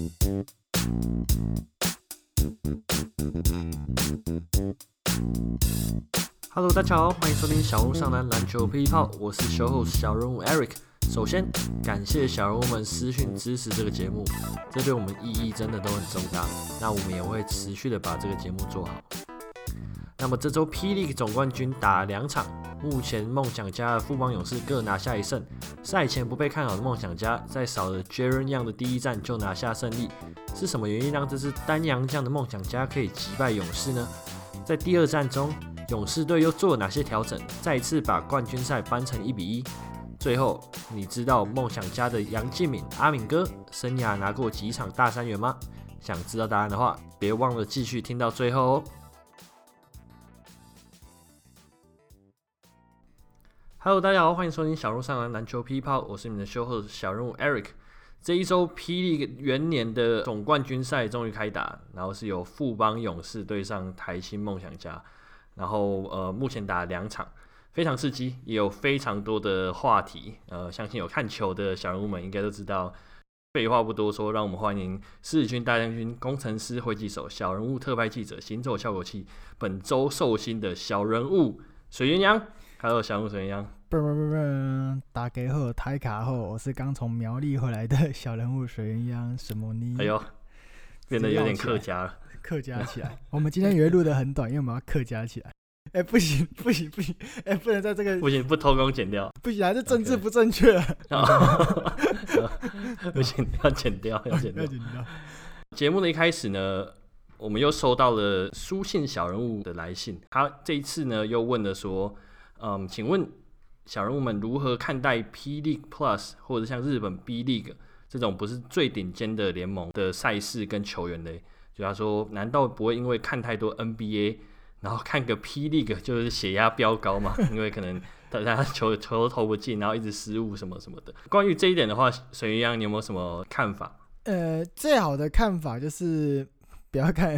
Hello， 大家好，欢迎收听小人物上篮篮球霹雳炮，我是 show host 小人物 Eric。首先，感谢小人物们私讯支持这个节目，这对我们意义真的都很重大。那我们也会持续的把这个节目做好。那么这周霹雳总冠军打2场，目前梦想家的富邦勇士各拿下1胜。赛前不被看好的梦想家，在少了 Jaren Young 的第一战就拿下胜利，是什么原因让这支单洋将的梦想家可以击败勇士呢？在第2战中，勇士队又做了哪些调整，再一次把冠军赛扳成1-1。最后，你知道梦想家的杨敬敏阿敏哥生涯拿过几场大三元吗？想知道答案的话，别忘了继续听到最后哦。Hello， 大家好，欢迎收听小人物上篮篮球霹炮，我是你们的show host小人物 Eric。这一周霹雳元年的总冠军赛终于开打，然后是由富邦勇士对上台新梦想家，然后目前打了2场，非常刺激，也有非常多的话题。相信有看球的小人物们应该都知道。废话不多说，让我们欢迎狮子军大将军、工程师会计手、小人物特派记者、行走效果器，本周寿星的小人物水鸳鸯。Hello， 小人物水鸳鸯。 大家好，台卡好，我是刚从苗栗回来的小人物水鸳鸯。什么呢？ 哎呦，变得有点客家了。 客家起来。我们今天也会录得很短，因为我们要客家起来。哎，不行，哎，不能在这个不行，不偷工减料， 不行，这政治不正确。 不行，要剪掉。节目的一开始呢，我们又收到了书信小人物的来信，他这一次呢又问了说，请问小人物们如何看待 P League Plus 或者像日本 B League 这种不是最顶尖的联盟的赛事跟球员嘞？就他说，难道不会因为看太多 NBA， 然后看个 P League 就是血压飙高嘛？因为可能大家球都投不进，然后一直失误什么什么的。关于这一点的话，水鸳鸯你有没有什么看法？ 最好的看法就是不要看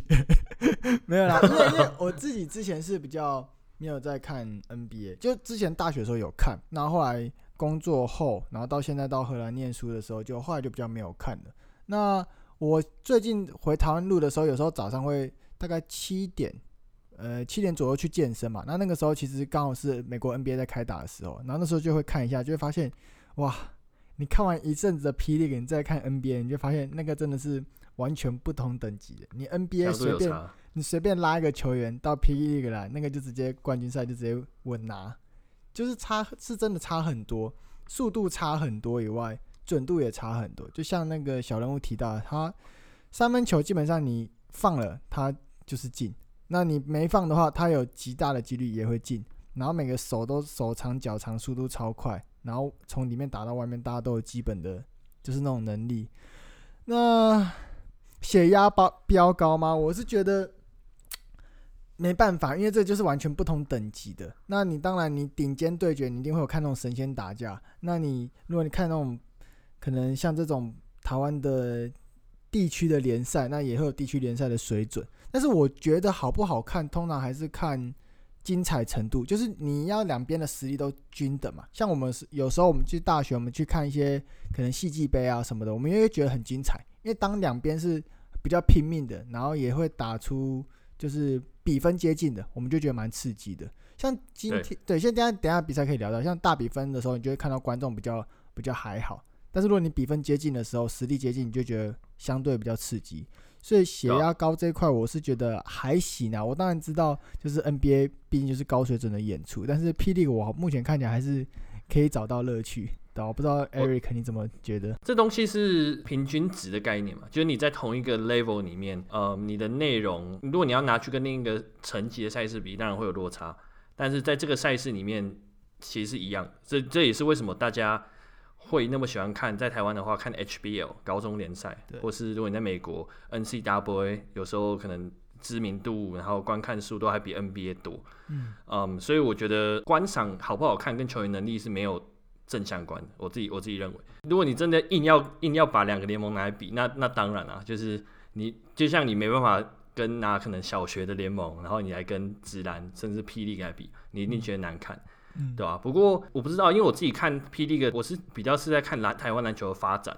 NBA， 没有啦，因为我自己之前是比较没有在看 NBA， 就之前大学的时候有看，然后后来工作后，然后到现在到荷兰念书的时候，就后来就比较没有看了。那我最近回台湾录的时候，有时候早上会大概7点左右去健身嘛。那个时候其实刚好是美国 NBA 在开打的时候，然后那时候就会看一下，就会发现哇，你看完一阵子的 P League， 你再看 NBA， 你就发现那个真的是完全不同等级的。你 NBA 随便拉一个球员到 P League 来，那个就直接冠军赛就直接稳拿，就是是真的差很多，速度差很多以外，准度也差很多。就像那个小人物提到的，他三分球基本上你放了他就是进，那你没放的话，他有极大的几率也会进。然后每个手长脚长，速度超快，然后从里面打到外面，大家都有基本的就是那种能力。那血压飙高吗？我是觉得没办法，因为这就是完全不同等级的。那你当然你顶尖对决，你一定会有看那种神仙打架。那如果你看那种可能像这种台湾的地区的联赛，那也会有地区联赛的水准。但是我觉得好不好看，通常还是看精彩程度，就是你要两边的实力都均等嘛。像我们有时候我们去大学，我们去看一些可能系际杯啊什么的，我们也会觉得很精彩，因为当两边是比较拼命的，然后也会打出就是比分接近的，我们就觉得蛮刺激的。像今天对，现在等一下比赛可以聊到，像大比分的时候，你就会看到观众比较还好，但是如果你比分接近的时候，实力接近，你就觉得相对比较刺激。所以血压高这一块，我是觉得还行啊。我当然知道，就是 NBA 毕竟就是高水准的演出，但是 P League 我目前看起来还是可以找到乐趣。我不知道 Eric 你怎么觉得？ 这东西是平均值的概念嘛，就是你在同一个 level 里面，你的内容，如果你要拿去跟另一个层级的赛事比，当然会有落差。但是在这个赛事里面，其实是一样。这也是为什么大家会那么喜欢看，在台湾的话看 HBL 高中联赛，或是如果你在美国 NCAA， 有时候可能知名度然后观看数都还比 NBA 多。所以我觉得观赏好不好看跟球员能力是没有正相关的。我自己认为，如果你真的硬要把两个联盟拿来比，那当然啊，就是你就像你没办法跟拿可能小学的联盟，然后你来跟职篮甚至霹雳来比，你一定觉得难看。对吧？不过我不知道，因为我自己看霹雳，我是比较是在看台湾篮球的发展啊。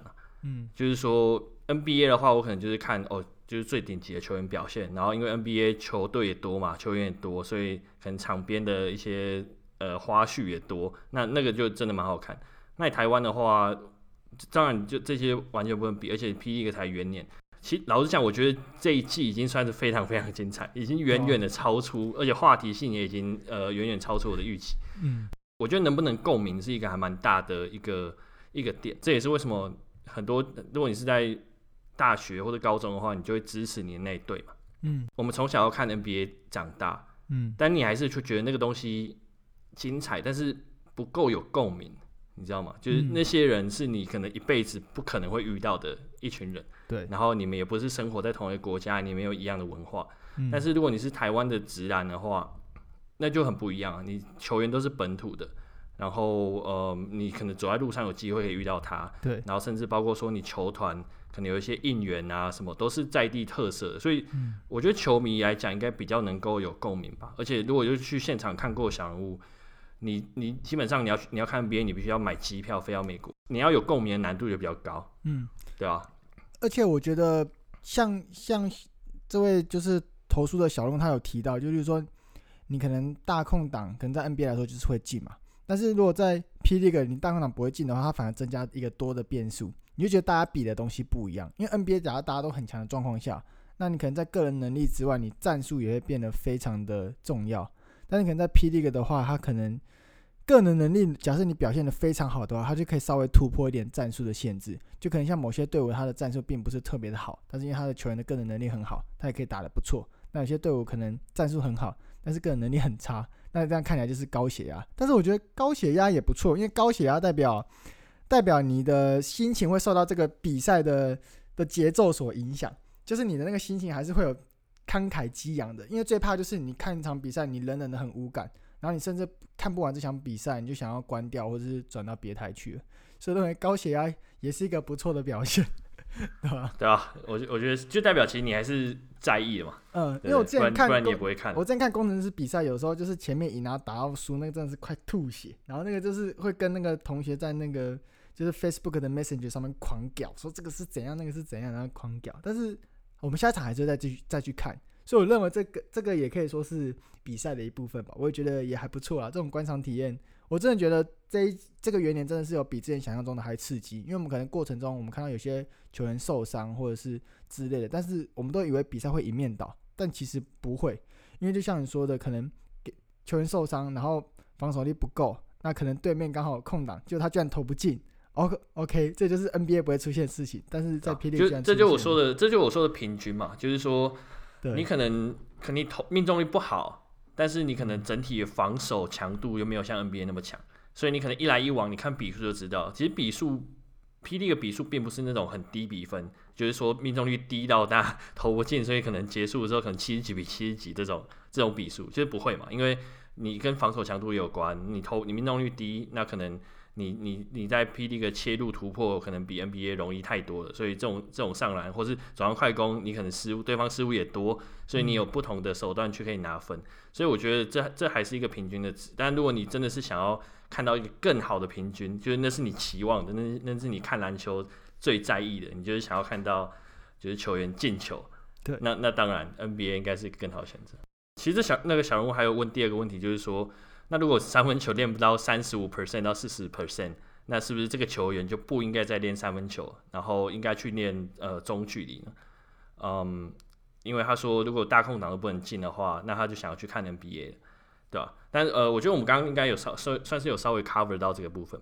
就是说 NBA 的话，我可能就是看就是最顶级的球员表现，然后因为 NBA 球队也多嘛，球员也多，所以可能场边的一些花絮也多，那个就真的蛮好看。那台湾的话，当然就这些完全不能比，而且 P. League 才元年。其实老实讲，我觉得这一季已经算是非常非常精彩，已经远远的超出，而且话题性也已经远远超出我的预期。我觉得能不能共鸣是一个还蛮大的一个点，这也是为什么很多如果你是在大学或者高中的话，你就会支持你的那一队嘛。我们从小要看 NBA 长大，但你还是觉得那个东西精彩，但是不够有共鸣。你知道吗？就是那些人是你可能一辈子不可能会遇到的一群人， 对。 然后你们也不是生活在同一个国家，你们有一样的文化，但是如果你是台湾的职篮的话，那就很不一样。你球员都是本土的，然后你可能走在路上有机会可以遇到他， 对。 然后甚至包括说你球团可能有一些应援啊什么，都是在地特色的，所以我觉得球迷来讲应该比较能够有共鸣吧。而且如果就去现场看过小人物。你基本上你要看 NBA， 你必须要买机票飞到美国，你要有共鸣的难度就比较高，对吧？ 而且我觉得像这位就是投书的小龙，他有提到，就是说你可能大空档可能在 NBA 来说就是会进嘛，但是如果在 P. League 你大空档不会进的话，它反而增加一个多的变数，你就觉得大家比的东西不一样。因为 NBA 假如大家都很强的状况下，那你可能在个人能力之外，你战术也会变得非常的重要。但是可能在 P. League 的话，他可能个人能力，假设你表现得非常好的话，他就可以稍微突破一点战术的限制。就可能像某些队伍，他的战术并不是特别的好，但是因为他的球员的个人能力很好，他也可以打得不错。那有些队伍可能战术很好，但是个人能力很差，那这样看起来就是高血压。但是我觉得高血压也不错，因为高血压代表你的心情会受到这个比赛的节奏所影响，就是你的那个心情还是会有慷慨激昂的。因为最怕就是你看一场比赛，你冷冷的很无感。然后你甚至看不完这场比赛，你就想要关掉或者是转到别台去了。所以认为高血压也是一个不错的表现，对吧？ 对啊，我觉得就代表其实你还是在意的嘛。 因为我之前看， 不然你也不会看。 我之前看工程师比赛，有时候就是前面赢然后打到输，那个真的是快吐血。然后那个就是会跟那个同学在那个就是 Facebook 的 Messenger 上面狂屌，说这个是怎样，那个是怎样，然后狂屌。但是我们下一场还是再去看。所以我认为这个也可以说是比赛的一部分吧，我也觉得也还不错啦。这种观赏体验，我真的觉得这个元年真的是有比之前想象中的还刺激。因为我们可能过程中我们看到有些球员受伤或者是之类的，但是我们都以为比赛会一面倒，但其实不会。因为就像你说的，可能球员受伤，然后防守力不够，那可能对面刚好有空档，结果他居然投不进。OK， 这就是 NBA 不会出现的事情，但是在 P. League 居然出现。这就我说的平均嘛，就是说。你可能命中率不好，但是你可能整体的防守强度又没有像 NBA 那么强，所以你可能一来一往，你看比数就知道，其实比数 P. League 的比数并不是那种很低比分，就是说命中率低到大家投不进，所以可能结束的时候可能70几比70几这种比数，就是不会嘛，因为你跟防守强度也有关，你命中率低，那可能你在 P. League 切入突破可能比 NBA 容易太多了，所以这种上篮或是转换快攻，你可能对方失误也多，所以你有不同的手段去可以拿分，所以我觉得这还是一个平均的值。但如果你真的是想要看到一个更好的平均，就是那是你期望的，那是你看篮球最在意的，你就是想要看到就是球员进球， 对， 那当然 NBA 应该是一个更好的选择。其实那个小人物还有问第二个问题，就是说。那如果三分球练不到35% 到40%，那是不是这个球员就不应该再练三分球，然后应该去练中距离呢？因为他说如果大空档都不能进的话，那他就想要去看 NBA， 对吧？但我觉得我们刚刚应该有算是有稍微 cover 到这个部分，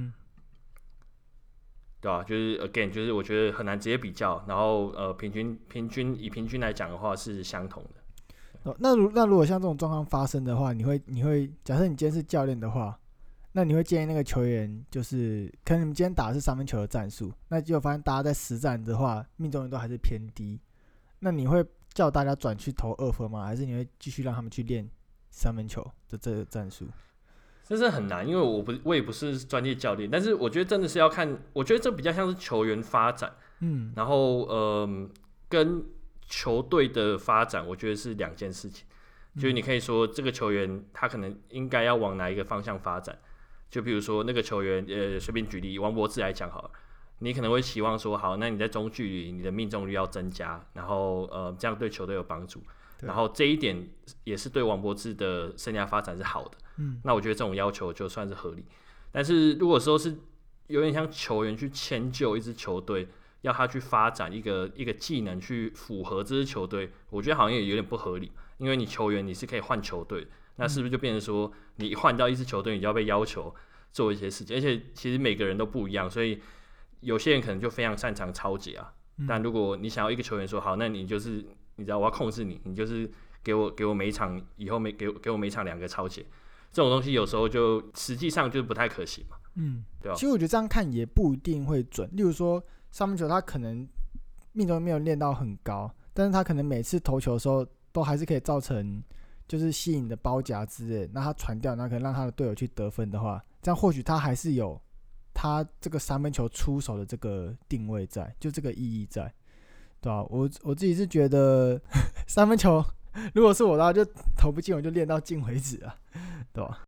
对吧？就是 again， 就是我觉得很难直接比较，然后平均来讲的话是相同的。 那如果像这种状况发生的话，你会假设你今天是教练的话，那你会建议那个球员就是可能你们今天打的是三分球的战术，那结果发现大家在实战的话命中率都还是偏低，那你会叫大家转去投2分吗？还是你会继续让他们去练三分球的这个战术？ 这是很难，因为我也不是专业教练，但是我觉得真的是要看，我觉得这比较像是球员发展，然后跟球队的发展，我觉得是两件事情。就是你可以说这个球员他可能应该要往哪一个方向发展，就比如说那个球员，随便举例，王柏智来讲好了， 你可能会期望说，好，那你在中距离你的命中率要增加，然后这样对球队有帮助，然后这一点也是对王柏智的生涯发展是好的。那我觉得这种要求就算是合理。但是如果说是有点像球员去迁就一支球队，要他去发展一个技能去符合这支球队，我觉得好像也有点不合理。因为你球员你是可以换球队，那是不是就变成说你一换到一支球队，你就要被要求做一些事情？而且其实每个人都不一样，所以有些人可能就非常擅长抄截啊。但如果你想要一个球员说好，那你就是你知道我要控制你，你就是给我每一场以后给我每一场2个抄截，这种东西有时候就实际上就不太可行嘛。对吧？ 其实我觉得这样看也不一定会准。例如说三分球，他可能命中率没有练到很高，但是他可能每次投球的时候都还是可以造成就是吸引的包夹之类，那他传掉，那可能让他的队友去得分的话，这样或许他还是有他这个三分球出手的这个定位在，就这个意义在，对吧？我自己是觉得三分球如果是我的话，就投不进我就练到进为止啊，对吧？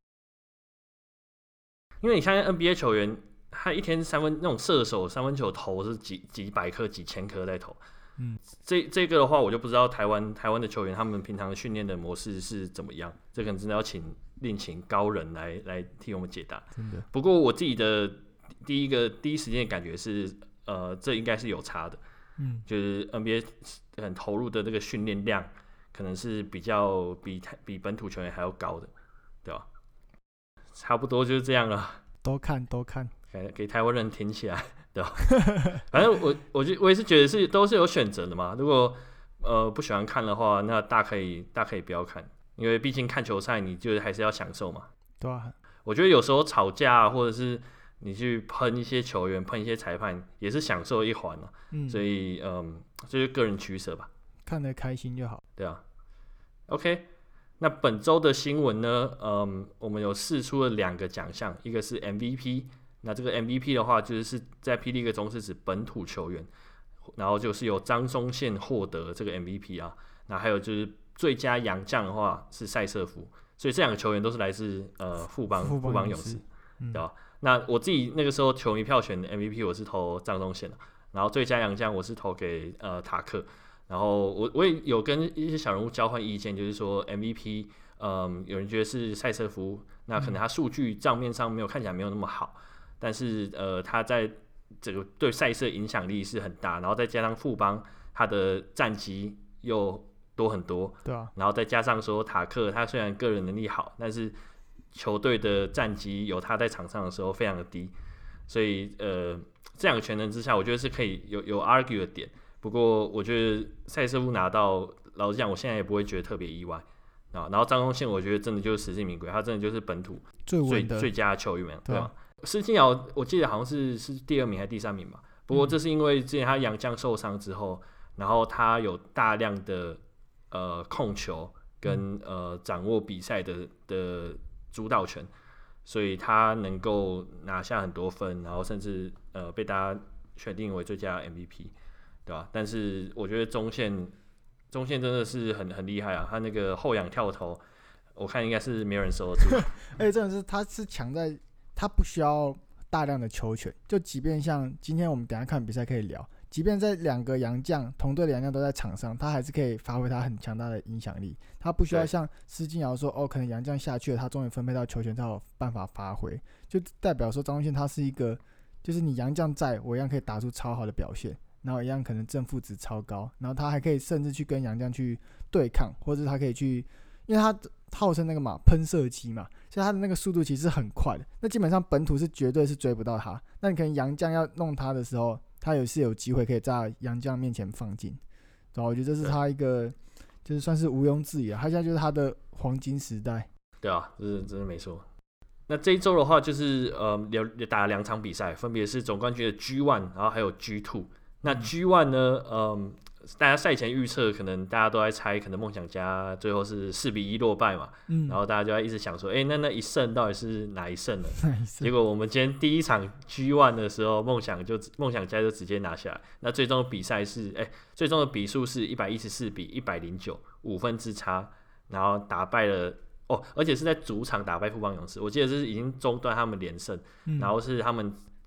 因为你看 NBA 球员，他一天那种射手三分球投是几百颗、几千颗在投。这个的话，我就不知道台湾的球员他们平常训练的模式是怎么样，这可能真的要另请高人来替我们解答。 真的。 不过我自己的第一时间的感觉是，这应该是有差的。就是 NBA 很投入的这个训练量，可能是比本土球员还要高的，对吧？差不多就是这样了。 都看， 给台湾人挺起来，对吧？反正我也是觉得都是有选择的嘛。如果不喜欢看的话，那大可以不要看，因为毕竟看球赛你就还是要享受嘛。 对啊。 我觉得有时候吵架或者是你去喷一些球员、喷一些裁判，也是享受一环啊。所以这就是个人取舍吧。 看得开心就好。 对啊。OK。那本周的新闻呢？我们有释出了2个奖项，一个是 MVP。那这个 MVP 的话，就是在霹雳个中是指本土球员，然后就是由张宗宪获得这个 MVP 啊。那还有就是最佳洋将的话是塞瑟夫，所以这2个球员都是来自富邦勇士，对吧？那我自己那个时候球迷票选的 MVP 我是投张宗宪的，然后最佳洋将我是投给塔克。然后我也有跟一些小人物交换意见，就是说 MVP，有人觉得是塞瑟夫，那可能他数据账面上看起来没有那么好，但是他在这个对赛事影响力是很大，然后再加上富邦他的战绩又多很多， 对啊， 然后再加上说塔克他虽然个人能力好，但是球队的战绩有他在场上的时候非常的低，所以这2个全能之下，我觉得是可以有 argue 的点。不过我觉得塞瑟夫拿到，老实讲，我现在也不会觉得特别意外啊。然后张宗宪，我觉得真的就是实至名归，他真的就是本土最佳的球员，对吧？施晋尧我记得好像是第2名还是第3名吧。不过这是因为之前他洋将受伤之后，然后他有大量的控球跟掌握比赛的主导权，所以他能够拿下很多分，然后甚至被大家选定为最佳 MVP。对吧？但是我觉得中线真的是很厉害啊！他那个后仰跳投，我看应该是没有人守得住。 而且真的是他是强在，他不需要大量的球权，就即便像今天我们等一下看比赛可以聊，即便在2个洋将同队的洋将都在场上，他还是可以发挥他很强大的影响力。他不需要像施晋尧说，可能洋将下去了，他终于分配到球权才有办法发挥，就代表说张宗宪他是一个，就是你洋将在，我一样可以打出超好的表现。然后一样可能正负值超高，然后他还可以甚至去跟洋将去对抗，或者他可以去，因为他号称那个嘛喷射机嘛，所以他的那个速度其实很快的。那基本上本土是绝对是追不到他，那你可能洋将要弄他的时候，他也是有机会可以在洋将面前放进。然后我觉得这是他一个就是算是毋庸置疑，他现在就是他的黄金时代。 对啊，这是没错。那这一周的话，就是打了2场比赛，分别是总冠军的 G1， 然后还有 G2。那 G1 呢？大家赛前预测，可能大家都在猜，可能梦想家最后是4-1落败嘛。然后大家就在一直想说，那一胜到底是哪一胜呢？结果我们今天第1场 G1 的时候，梦想家就直接拿下来。那最终的比赛是，最终的比数是114-109，5分之差，然后打败了而且是在主场打败富邦勇士。我记得这是已经中断他们连胜，然后是他们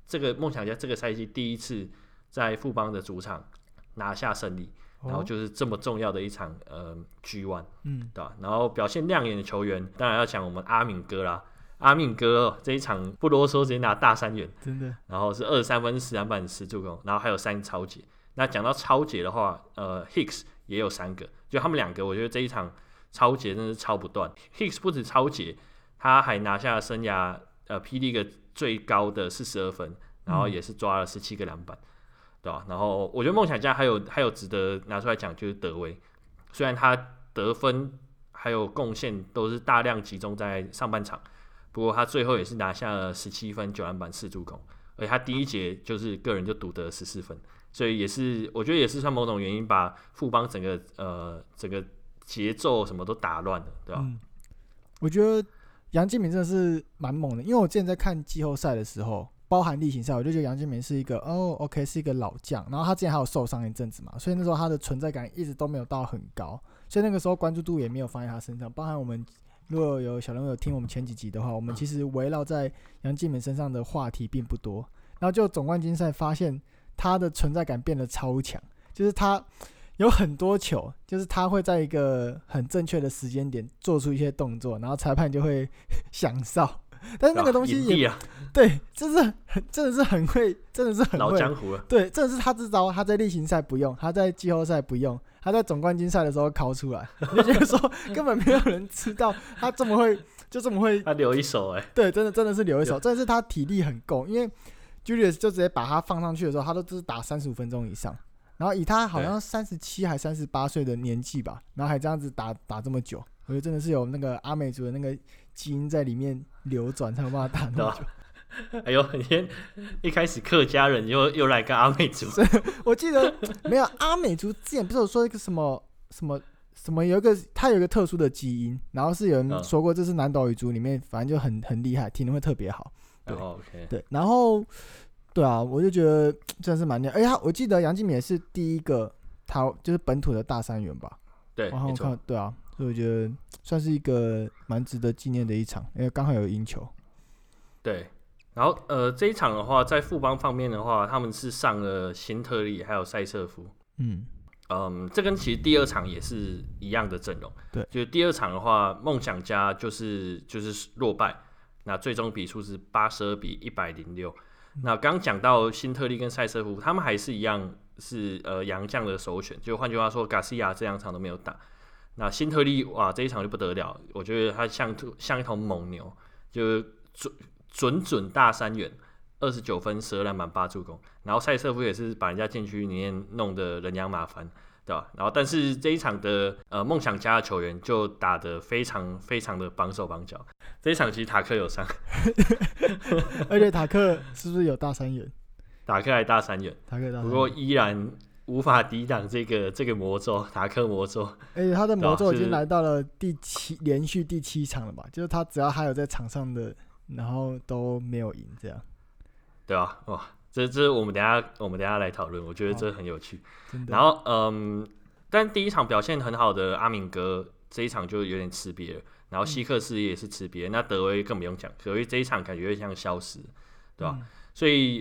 这个梦想家这个赛季第一次在富邦的主场拿下胜利，然后就是这么重要的一场G1，对吧？然后表现亮眼的球员，当然要讲我们阿敏哥啦。阿敏哥这一场不啰嗦，直接拿大3元， 真的。 然后是23分、10篮板、10助攻，然后还有3超节。那讲到超节的话，Hicks 也有3个，就他们2个，我觉得这一场超节真的是超不断。Hicks 不止超节，他还拿下生涯霹雳个最高的42分，然后也是抓了17个篮板，对吧？然后我觉得梦想家还有值得拿出来讲，就是德威，虽然他得分还有贡献都是大量集中在上半场。不过他最后也是拿下了17分、9篮板、4助攻，而且他第一节就是个人就独得14分，所以也是我觉得也是算某种原因把富邦整个节奏什么都打乱了，对吧？ 我觉得杨敬敏真的是蛮猛的，因为我之前在看季后赛的时候，包含例行赛，我就觉得杨敬敏是一个OK 是一个老将，然后他之前还有受伤一阵子嘛，所以那时候他的存在感一直都没有到很高，所以那个时候关注度也没有放在他身上，包含我们。如果有小人有听我们前几集的话，我们其实围绕在杨敬敏身上的话题并不多。然后就总冠军赛发现他的存在感变得超强，就是他有很多球，就是他会在一个很正确的时间点做出一些动作，然后裁判就会响哨。但是那个东西也对，真的是很会，真的是很会老江湖了。 对，真的是他这招，他在例行赛不用，他在季后赛不用，他在总冠军赛的时候考出来，就觉得说根本没有人知道他这么会，就这么会。 他留一手对，真的是留一手，真的是他体力很够，因为 Julius 就直接把他放上去的时候，他都只是打35分钟以上，然后以他好像37还38岁的年纪吧，然后还这样子打这么久，我觉得真的是有那个阿美族的那个基因在里面流转，才有办法打那么久。 哎呦，你先一开始客家人又来个阿美族， 我记得没有阿美族之前不是有说一个什么他有一个特殊的基因，然后是有人说过这是南岛语族里面反正就很厉害，体能会特别好。对、 okay. 对，然后对啊，我就觉得真的是蛮厉害。我记得杨敬敏也是第一个他就是本土的大3元吧。 对， 然后看对啊，所以我觉得算是一个蛮值得纪念的一场，因为刚好有赢球。 对。然后这一场的话，在富邦方面的话，他们是上了辛特利还有塞瑟夫。这跟其实第2场也是一样的阵容。 对， 就是第2场的话，梦想家就是落败，那最终比数是82比106。那刚讲到辛特利跟塞瑟夫，他们还是一样是洋将的首选，就换句话说，Garcia这2场都没有打。那辛特利哇，这一场就不得了，我觉得他像一头猛牛，就是准大3元，29分12篮板8助攻，然后塞瑟夫也是把人家禁区里面弄得人仰马翻，对吧？然后但是这一场的梦想家的球员就打得非常非常的绑手绑脚，这一场其实塔克有伤， 而且塔克是不是有大3元？ 塔克还大3元，不过依然无法抵挡这个魔咒，塔克魔咒。 而且他的魔咒已经来到了连续第7场了吧？就是他只要还有在场上的。然后都没有赢，这样， 对啊，哇，这我们等一下来讨论，我觉得这很有趣。 真的。 然后但第1场表现很好的阿敏哥这一场就有点吃瘪了，然后希克斯也是吃瘪，那德威更不用讲，德威这一场感觉像消失，对吧？所以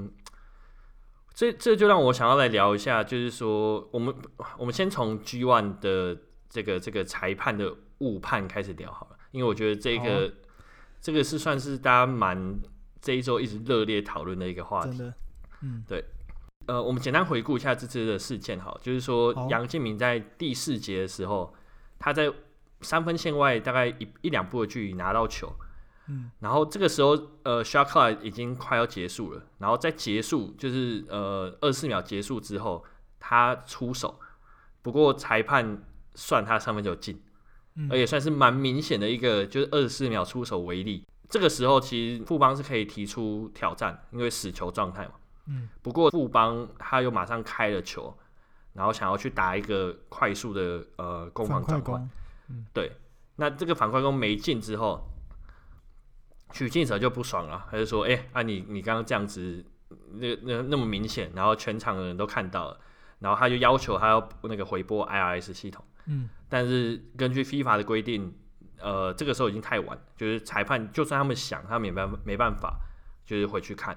这就让我想要来聊一下，就是说我们先从 G1 的这个裁判的误判开始聊好了，因为我觉得这个是算是大家这一周一直热烈讨论的一个话题。 真的， 对。我们简单回顾一下这次的事件好，就是说杨敬敏在第4节的时候，他在3分线外大概一两步的距离拿到球，然后这个时候shot clock 已经快要结束了，然后在结束就是24秒结束之后，他出手，不过裁判算他3分球进。而且算是蛮明显的一个，就是24秒出手为例。这个时候其实富邦是可以提出挑战，因为死球状态嘛。不过富邦他又马上开了球，然后想要去打一个快速的攻防转换。对，那这个反快攻没进之后，许晋哲就不爽了，他就说：“你刚刚这样子，那么明显，然后全场的人都看到了，然后他就要求他要那个回拨 IRS 系统。”但是根据 FIFA 的规定，这个时候已经太晚，就是裁判就算他们想，他们也没办法，就是回去看。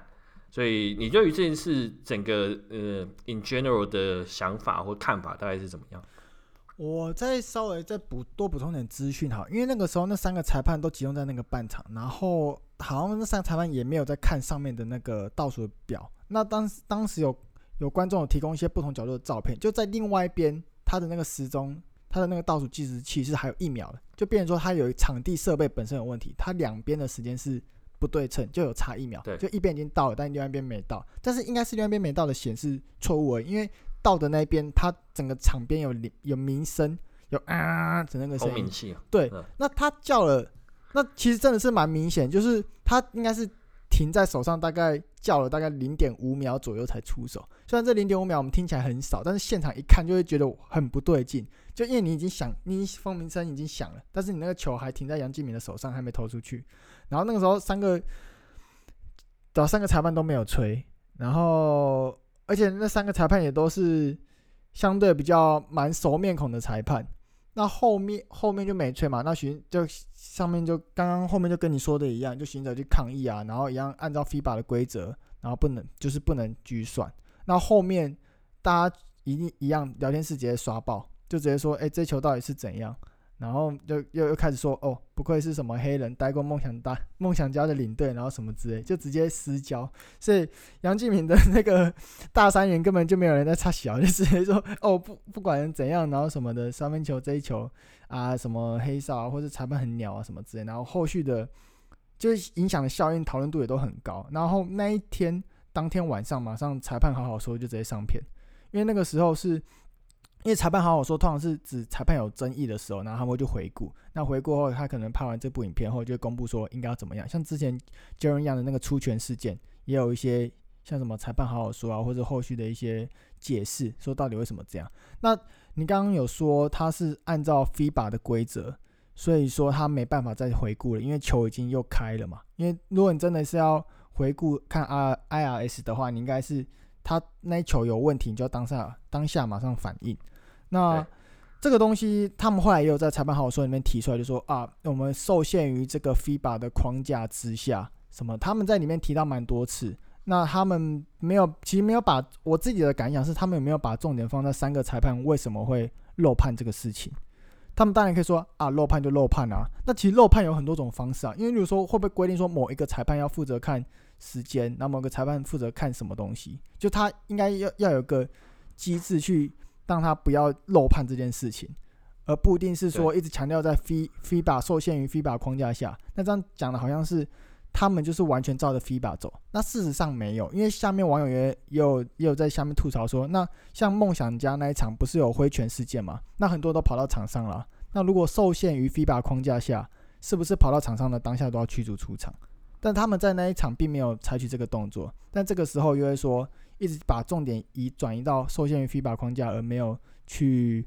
所以你对于这件事整个in general 的想法或看法大概是怎么样？ 我再稍微多补充点资讯好，因为那个时候那3个裁判都集中在那个半场，然后好像那3个裁判也没有在看上面的那个倒数表。那当时有观众有提供一些不同角度的照片，就在另外一边，他的那个时钟，他的那个倒数计时器是还有1秒的，就变成说他有场地设备本身有问题，他两边的时间是不对称，就有差1秒，就一边已经到了，但另外一边没到，但是应该是另外一边没到的显示错误而已，因为到的那边，它整个场边有鸣声，有的那个声音， 轰鸣器， 对，那他叫了，那其实真的是蛮明显，就是他应该是停在手上，大概叫了大概 0.5 秒左右才出手。虽然这 0.5 秒我们听起来很少，但是现场一看就会觉得很不对劲，就因为你已经风鸣声已经响了，但是你那个球还停在杨敬敏的手上，还没投出去。然后那个时候3个裁判都没有吹，然后而且那3个裁判也都是相对比较蛮熟面孔的裁判。那后面就没吹嘛，那就上面就刚刚后面就跟你说的一样，就行者去抗议啊，然后一样按照 FIBA 的规则，然后不能拘算。那后面大家一样聊天室直接刷爆，就直接说，这球到底是怎样？然后就又开始说，不愧是什么黑人，待过梦想家的领队，然后什么之类，就直接私交。所以杨敬敏的那个大三元根本就没有人在插小，就直接说，不管怎样，然后什么的三分球这一球啊，什么黑哨啊，或者裁判很鸟啊什么之类，然后后续的就是影响的效应讨论度也都很高。然后那一天当天晚上马上裁判好好说就直接上片，因为那个时候是。因为裁判好好说，通常是指裁判有争议的时候，然后他们会去回顾。那回顾后，他可能拍完这部影片后，就会公布说应该要怎么样。像之前 Jaren Young 的那个出拳事件，也有一些像什么裁判好好说啊，或者后续的一些解释，说到底为什么这样。那你刚刚有说他是按照 FIBA 的规则，所以说他没办法再回顾了，因为球已经又开了嘛。因为如果你真的是要回顾看 IRS 的话，你应该是他那一球有问题，你就要当下马上反应。那这个东西，他们后来也有在裁判好好说里面提出来，就说我们受限于这个 FIBA 的框架之下，什么他们在里面提到蛮多次。那他们其实没有把我自己的感想是，他们有没有把重点放在3个裁判为什么会漏判这个事情？他们当然可以说漏判就漏判啊。那其实漏判有很多种方式啊，因为比如说会不会规定说某一个裁判要负责看时间，那某个裁判负责看什么东西？就他应该要有个机制去。让他不要漏判这件事情，而不一定是说一直强调在 FIBA 受限于 FIBA 框架下。那这样讲的好像是他们就是完全照着 FIBA 走，那事实上没有，因为下面网友也有在下面吐槽说，那像梦想家那一场不是有挥拳事件吗？那很多都跑到场上了，那如果受限于 FIBA 框架下，是不是跑到场上的当下都要驱逐出场？但他们在那一场并没有采取这个动作，但这个时候又会说一直把重点转移到受限于 FIBA 框架，而没有去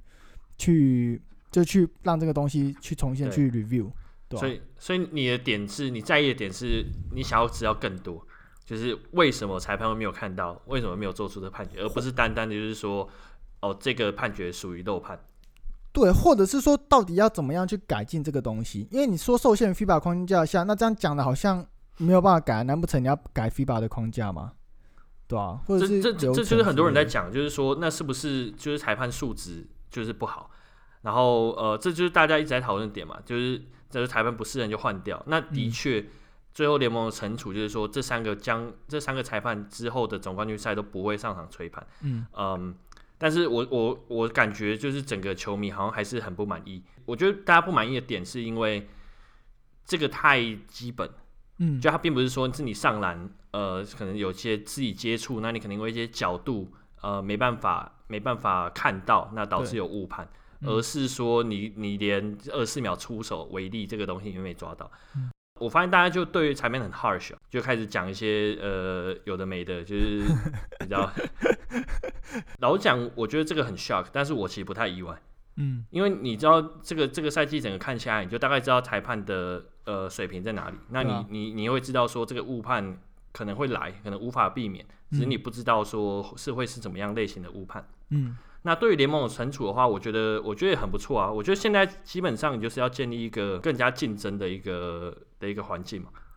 让这个东西去重新去 review。对， 所以你的点是你在意的点是你想要知道更多，就是为什么裁判会没有看到，为什么没有做出的判决，而不是单单的就是说这个判决属于漏判。 对，或者是说到底要怎么样去改进这个东西？因为你说受限于 FIBA 框架下，那这样讲的好像没有办法改，难不成你要改 FIBA 的框架吗？对啊，或者是这就是很多人在讲，就是说那是不是就是裁判素质就是不好？然后这就是大家一直在讨论的点嘛，就是裁判不是人就换掉。那的确，最后联盟的惩处就是说这三个裁判之后的总冠军赛都不会上场吹判。但是我感觉就是整个球迷好像还是很不满意。我觉得大家不满意的点是因为这个太基本，就它并不是说是你上篮，可能有些自己接触，那你可能因为一些角度，没办法看到，那导致有误判，而是说你连24秒出手为例这个东西你没抓到。我发现大家就对于裁判很 harsh， 就开始讲一些有的没的，就是比较老讲，我觉得这个很 shock， 但是我其实不太意外，因为你知道这个赛季整个看下来，你就大概知道裁判的水平在哪里，那你会知道说这个误判可能会来，可能无法避免，只是你不知道说会是怎么样类型的误判。那对于联盟的惩处的话，我觉得也很不错啊。我觉得现在基本上你就是要建立一个更加竞争的一个环境嘛。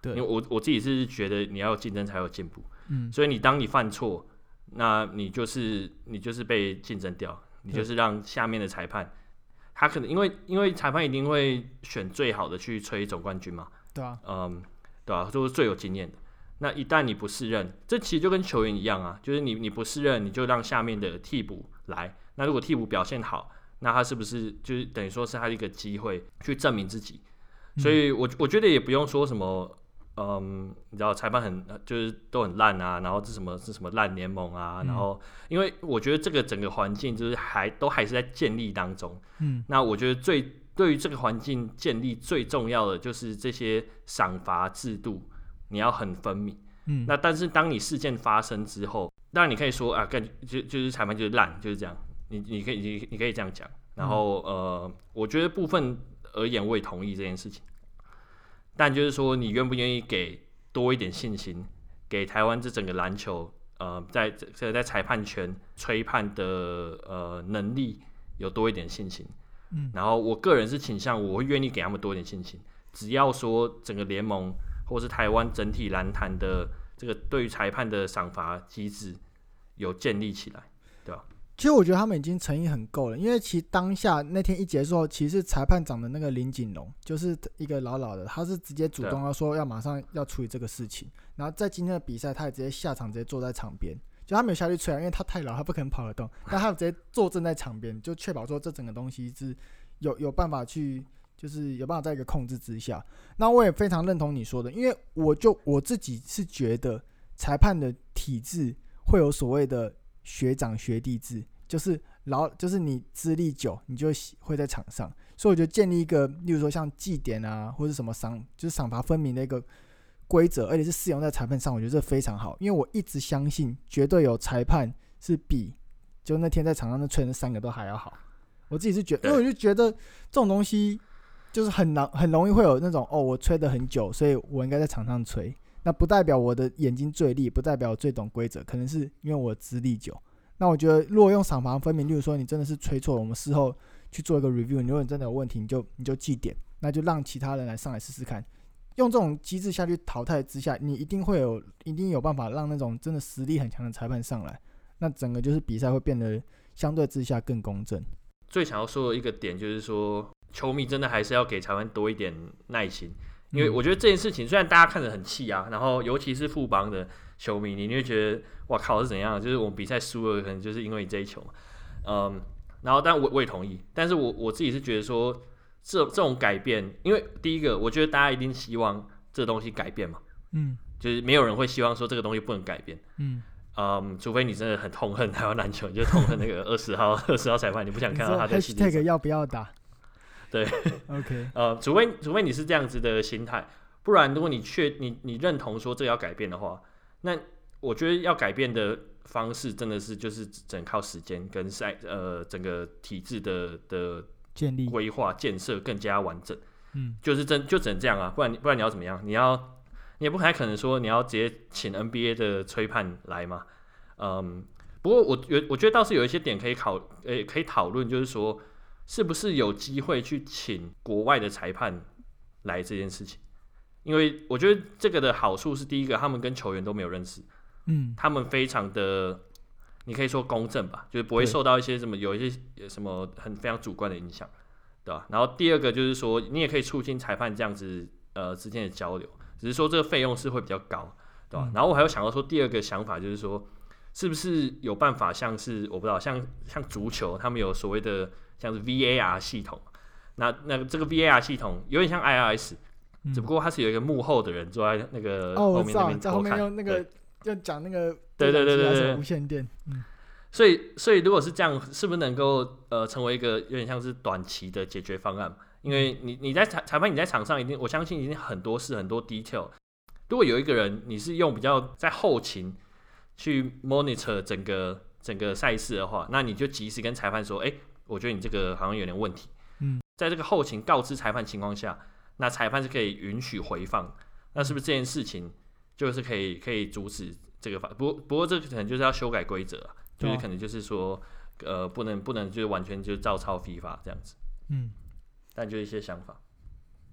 对， 因为我自己是觉得你要有竞争才有进步， 嗯， 所以当你犯错，那你就是被竞争掉，你就是让下面的裁判，他可能因为裁判一定会选最好的去吹总冠军嘛， 对啊， 对啊，就是最有经验的。那一旦你不胜任，这其实就跟球员一样啊，就是你不胜任，你就让下面的替补来。那如果替补表现好，那他是不是就是等于说是他一个机会去证明自己？所以我觉得也不用说什么，你知道裁判就是都很烂啊，然后是什么烂联盟啊，然后因为我觉得这个整个环境就是都还是在建立当中。那我觉得对于这个环境建立最重要的就是这些赏罚制度，你要很分明。那但是当你事件发生之后，当然你可以说啊，就是裁判就是烂，就是这样。你可以这样讲。然后我觉得部分而言我也同意这件事情，但就是说你愿不愿意给多一点信心，给台湾这整个篮球在裁判权吹判的能力有多一点信心。然后我个人是倾向我会愿意给他们多一点信心，只要说整个联盟或是台湾整体篮坛的这个对于裁判的赏罚机制有建立起来，对吧？ 其实我觉得他们已经诚意很够了，因为其实当下那天一结束后，其实裁判长的那个林锦龙就是一个老的，他是直接主动要说要马上要处理这个事情，然后在今天的比赛他也直接下场，直接坐在场边，就他没有下去吹啊，因为他太老，他不可能跑得动，但他直接坐正在场边，就确保说这整个东西是有办法去，就是有办法在一个控制之下。那我也非常认同你说的，因为我自己是觉得裁判的体制会有所谓的学长学弟制，就是你资历久，你就会在场上。所以我觉得建立一个，例如说像祭典啊，或者什么就是赏罚分明的一个规则，而且是适用在裁判上，我觉得这非常好。因为我一直相信，绝对有裁判是比就那天在场上那吹的3个都还要好。我自己是觉得，因为我就觉得这种东西就是很容易会有那种我吹得很久，所以我应该在场上吹。那不代表我的眼睛最利，不代表我最懂规则，可能是因为我资历久。那我觉得，如果用赏罚分明，例如说你真的是吹错了，我们事后去做一个 review， 如果你真的有问题，你就记点，那就让其他人上来试试看。用这种机制下去淘汰之下，你一定有办法让那种真的实力很强的裁判上来，那整个就是比赛会变得相对之下更公正。 最想要说的一个点就是说，球迷真的还是要给裁判多一点耐心。因为我觉得这件事情虽然大家看得很气啊，然后尤其是富邦的球迷，你会觉得哇靠是怎样？就是我们比赛输了，可能就是因为这一球，然后但我也同意，但是我自己是觉得说这种改变，因为第一个我觉得大家一定希望这东西改变嘛，就是没有人会希望说这个东西不能改变，除非你真的很痛恨台湾篮球，你就痛恨那个20号裁判，你不想看到他在戏剧上 #要不要打？ 对 ，OK， 除非你是这样子的心态，不然如果你认同说这个要改变的话，那我觉得要改变的方式真的是就是只能靠时间跟整个体制的建立规划建设更加完整，就只能这样啊，不然你要怎么样？你也不太可能说你要直接请 NBA 的吹判来嘛，不过我觉得倒是有一些点可以讨论，就是说。是不是有机会去请国外的裁判来这件事情？因为我觉得这个的好处是，第一个，他们跟球员都没有认识，他们非常的，你可以说公正吧，就是不会受到有一些什么非常主观的影响，对吧？然后第二个就是说，你也可以促进裁判这样子之间的交流，只是说这个费用是会比较高，对吧？然后我还有想到说，第二个想法就是说，是不是有办法像是我不知道，像足球，他们有所谓的。像是 VAR 系统，那这个 VAR 系统有点像 IRS，只不过它是有一个幕后的人坐在那个后面那边在后面用那个要讲那个对无线电， 所以如果是这样，是不是能够成为一个有点像是短期的解决方案？因为你在裁判你在场上我相信一定很多事很多 detail， 如果有一个人你是用比较在后勤去 monitor 整个赛事的话，那你就及时跟裁判说，我觉得你这个好像有点问题。在这个后勤告知裁判情况下，那裁判是可以允许回放。那是不是这件事情就是可以阻止这个不过这个可能就是要修改规则，就是可能就是说不能就是完全就照抄FIFA这样子。但就一些想法。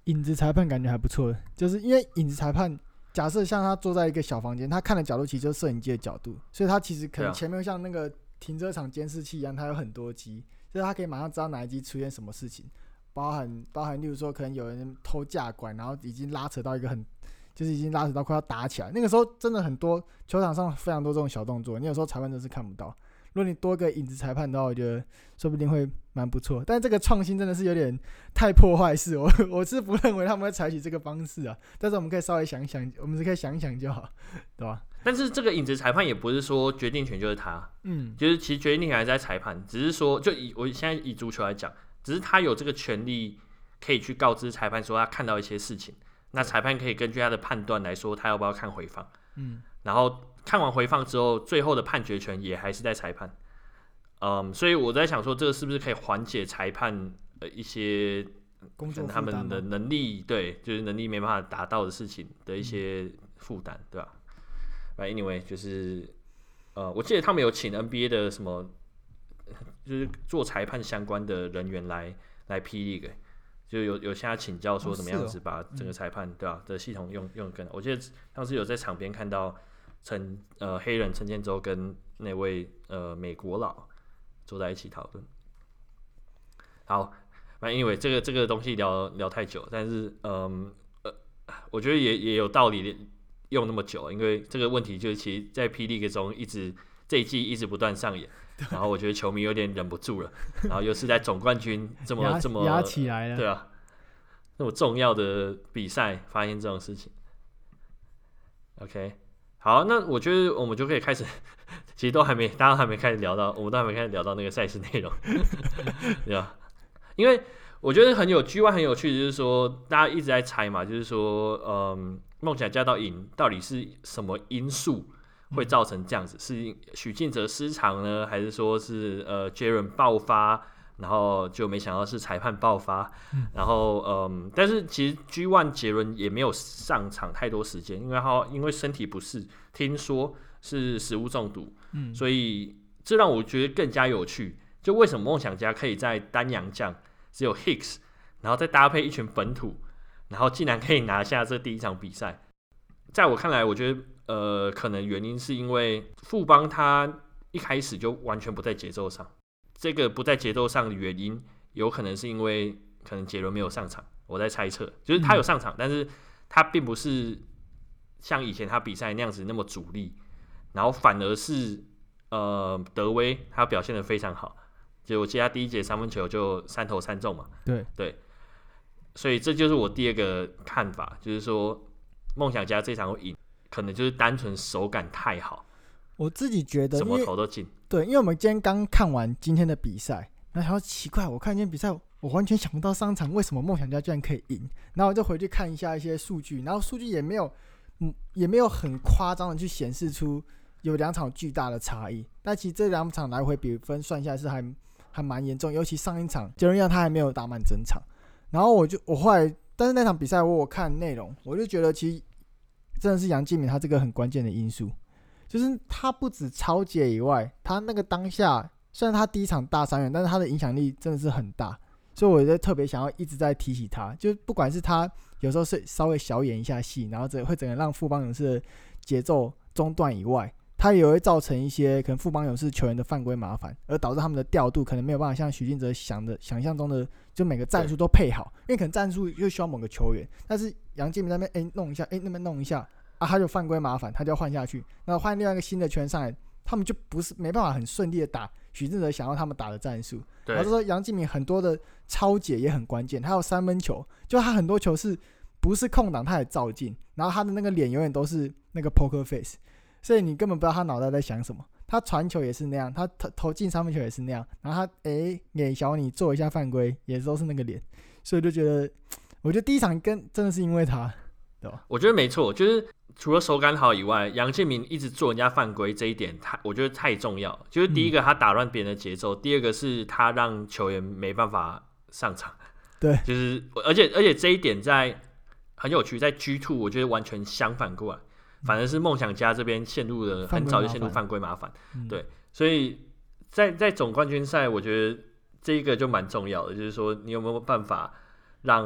影子裁判感觉还不错，就是因为影子裁判，假设像他坐在一个小房间，他看的角度其实就是摄影机的角度，所以他其实可能前面像那个停车场监视器一样，它有很多机，所以他可以马上知道哪一机出现什么事情，包含例如说可能有人偷架管，然后已经拉扯到一个就是已经拉扯到快要打起来，那个时候真的很多球场上非常多这种小动作，你有时候裁判真是看不到。如果你多个影子裁判的话，我觉得说不定会蛮不错。但这个创新真的是有点太破坏式，我是不认为他们会采取这个方式啊。但是我们可以稍微想一想，我们只可以想一想就好，对吧？ 但是这个影子裁判也不是说决定权就是他，就是其实决定权还是在裁判，只是说就我现在以足球来讲，只是他有这个权利可以去告知裁判说他看到一些事情，那裁判可以根据他的判断来说他要不要看回放，然后看完回放之后，最后的判决权也还是在裁判。所以我在想说，这个是不是可以缓解裁判一些工作他们的能力，对，就是能力没办法达到的事情的一些负担，对吧？Anyway， 就是我记得他们有请 NBA 的什么，就是做裁判相关的人员来霹雳，就有向他请教说怎么样子把整个裁判对吧的系统用更。我记得当时有在场边看到黑人陈建州跟那位美国佬坐在一起讨论。好，anyway 这个东西聊太久，但是我觉得也有道理用那么久，因为这个问题就是其实在霹雳中这一季一直不断上演，然后我觉得球迷有点忍不住了，然后又是在总冠军这么压起来了， 对啊，那么重要的比赛发现这种事情。OK， 好，那我觉得我们就可以开始，其实大家还没开始聊到，我们都还没开始聊到那个赛事内容，对吧？因为我觉得G1 很有趣，就是说大家一直在猜嘛，就是说，梦想家到赢到底是什么因素会造成这样子？是许晋哲失常呢，还是说是Jaren 爆发，然后就没想到是裁判爆发？然后但是其实 G1 杰伦也没有上场太多时间，因为身体不适，听说是食物中毒，所以这让我觉得更加有趣。就为什么梦想家可以在单洋将只有 Hicks， 然后再搭配一群本土，然后竟然可以拿下这第一场比赛？在我看来，我觉得可能原因是因为富邦他一开始就完全不在节奏上。这个不在节奏上的原因，有可能是因为可能杰伦没有上场，我在猜测，就是他有上场，但是他并不是像以前他比赛那样子那么主力，然后反而是德威他表现得非常好。就我记得他第一节3分球就3投3中嘛，对，所以这就是我第二个看法，就是说梦想家这场会赢，可能就是单纯手感太好， 我自己觉得什么投都进。 对，因为我们今天刚看完今天的比赛，然后想到奇怪，我看今天比赛，我完全想不到上场为什么梦想家居然可以赢，然后我就回去看一下一些数据，然后数据也没有很夸张的去显示出有两场巨大的差异，但其实这两场来回比分算下来是还蛮严重，尤其上一场杰伦亚他还没有打满整场，然后我后来，但是那场比赛我有看内容，我就觉得其实真的是杨敬敏他这个很关键的因素，就是他不止超解以外，他那个当下虽然他第一场大3元，但是他的影响力真的是很大，所以我就特别想要一直在提起他，就不管是他有时候是稍微小演一下戏，然后会整个让富邦勇士的节奏中断以外，他也会造成一些可能富邦勇士球员的犯规麻烦，而导致他们的调度可能没有办法像许晋哲想象中的，就每个战术都配好，因为可能战术又需要某个球员，但是杨敬敏那边弄一下，那边弄一下啊，他就犯规麻烦，他就要换下去，那换另外一个新的球员上来，他们就不是没办法很顺利的打许晋哲想要他们打的战术。然后就说杨敬敏很多的超解也很关键，还有3分球，就他很多球是不是空档他也照进，然后他的那个脸永远都是那个 poker face。所以你根本不知道他脑袋在想什么，他传球也是那样，他投进3分球也是那样，然后他给小你做一下犯规也都是那个脸，所以就觉得，我觉得第一场真的是因为他，对吧？ 我觉得没错，就是除了手感好以外，杨敬敏一直做人家犯规这一点，我觉得太重要。就是第一个他打乱别人的节奏，第二个是他让球员没办法上场， 对， 就是而且这一点在很有趣，在 G2 我觉得完全相反过来。反而是梦想家这边很早就陷入犯规麻烦，对，所以在总冠军赛，我觉得这一个就蛮重要的，就是说你有没有办法让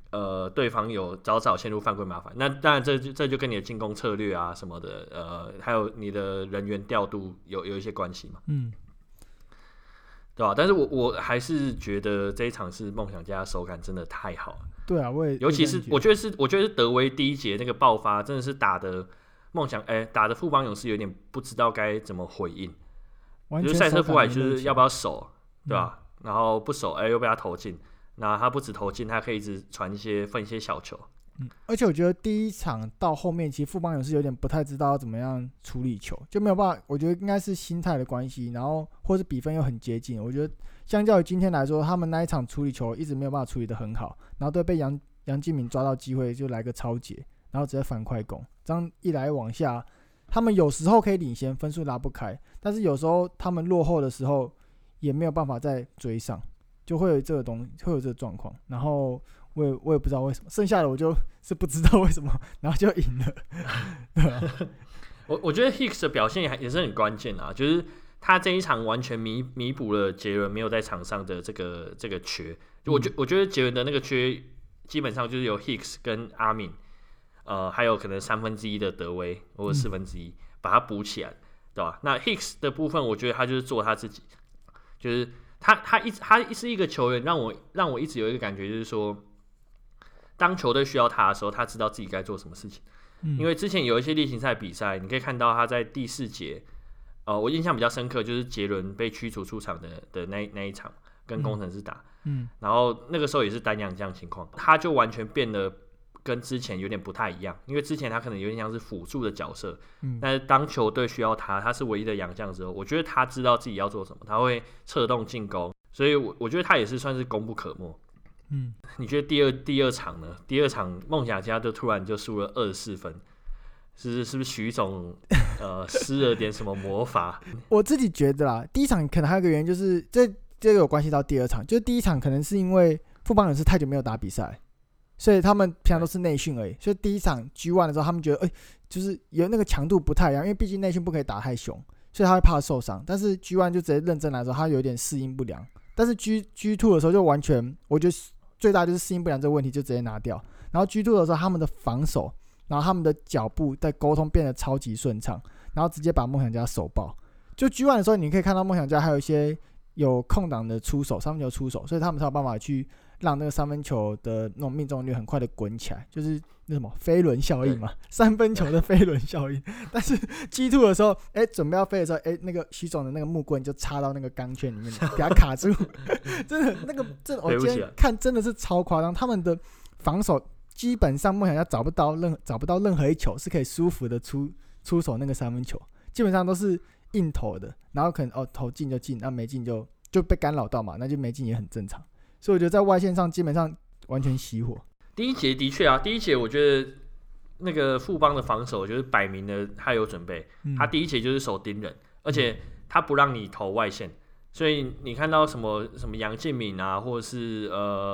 对方有早陷入犯规麻烦。那当然这就跟你的进攻策略啊什么的，还有你的人员调度有一些关系嘛。对吧？但是我还是觉得这一场是梦想家手感真的太好了。 对啊， 尤其是我觉得是德威第一节那个爆发，真的是打的富邦勇士有点不知道该怎么回应。就是塞瑟夫还就是要不要守，对吧？然后不守，又被他投进。那他不止投进，他可以一直分一些小球。 而且我觉得第一场到后面，其实富邦勇士有点不太知道怎么样处理球，就没有办法。我觉得应该是心态的关系，然后或是比分又很接近。我觉得相较于今天来说，他们那一场处理球一直没有办法处理得很好，然后对被杨敬敏抓到机会就来个抄截，然后直接反快攻，这样一来往下，他们有时候可以领先，分数拉不开，但是有时候他们落后的时候也没有办法再追上，就会有这个状况。然后我也不知道为什么，剩下的我就是不知道为什么，然后就赢了。对啊， 我觉得 Hicks 的表现也是很关键啊，就是他这一场完全弥补了杰伦没有在场上的这个缺。我觉得杰伦的那个缺基本上就是由 Hicks 跟阿敏，还有可能1/3的德威或者1/4把它补起来，对吧？那 Hicks 的部分，我觉得他就是做他自己，就是他是一个球员，让我一直有一个感觉，就是说，当球队需要他的时候，他知道自己该做什么事情。因为之前有一些例行赛比赛，你可以看到他在第4节，我印象比较深刻，就是杰伦被驱逐出场的那一场，跟工程师打，然后那个时候也是单阳将情况，他就完全变得跟之前有点不太一样，因为之前他可能有点像是辅助的角色，但是当球队需要他是唯一的洋将之后，我觉得他知道自己要做什么，他会策动进攻，所以我觉得他也是算是功不可没。你觉得第二场呢？第二场梦想家就突然就输了24分，是不是徐总施了点什么魔法？ 我自己觉得啦，第一场可能还有一个原因就是这个有关系到第二场，就是第一场可能是因为富邦勇士太久没有打比赛，所以他们平常都是内训而已，所以第一场 G1 的时候，他们觉得就是有那个强度不太一样，因为毕竟内训不可以打太凶，所以他会怕受伤。但是 G1 就直接认真来说，他有点适应不良。但是 G2 的时候就完全，我觉得最大就是适应不良这个问题就直接拿掉。然后 G2 的时候，他们的防守，然后他们的脚步在沟通变得超级顺畅，然后直接把梦想家手爆。就 G1 的时候，你可以看到梦想家还有一些有空档的出手，三分球出手，所以他们才有办法去让那个三分球的那种命中率很快的滚起来，就是那什么飞轮效应嘛，三分球的飞轮效应。但是 G2 的时候，准备要飞的时候，那个徐总的那个木棍就插到那个钢圈里面，给他卡住。真的，我今天看真的是超夸张，他们的防守基本上梦想家找不到任何一球是可以舒服的出手那个三分球，基本上都是硬投的，然后可能投进就进，那没进就被干扰到嘛，那就没进也很正常。所以我觉得在外线上基本上完全熄火。 第一节的确啊，第一节我觉得那个富邦的防守就是摆明了他有准备，他第一节就是守盯人，而且他不让你投外线，所以你看到什么杨敬敏啊，或者是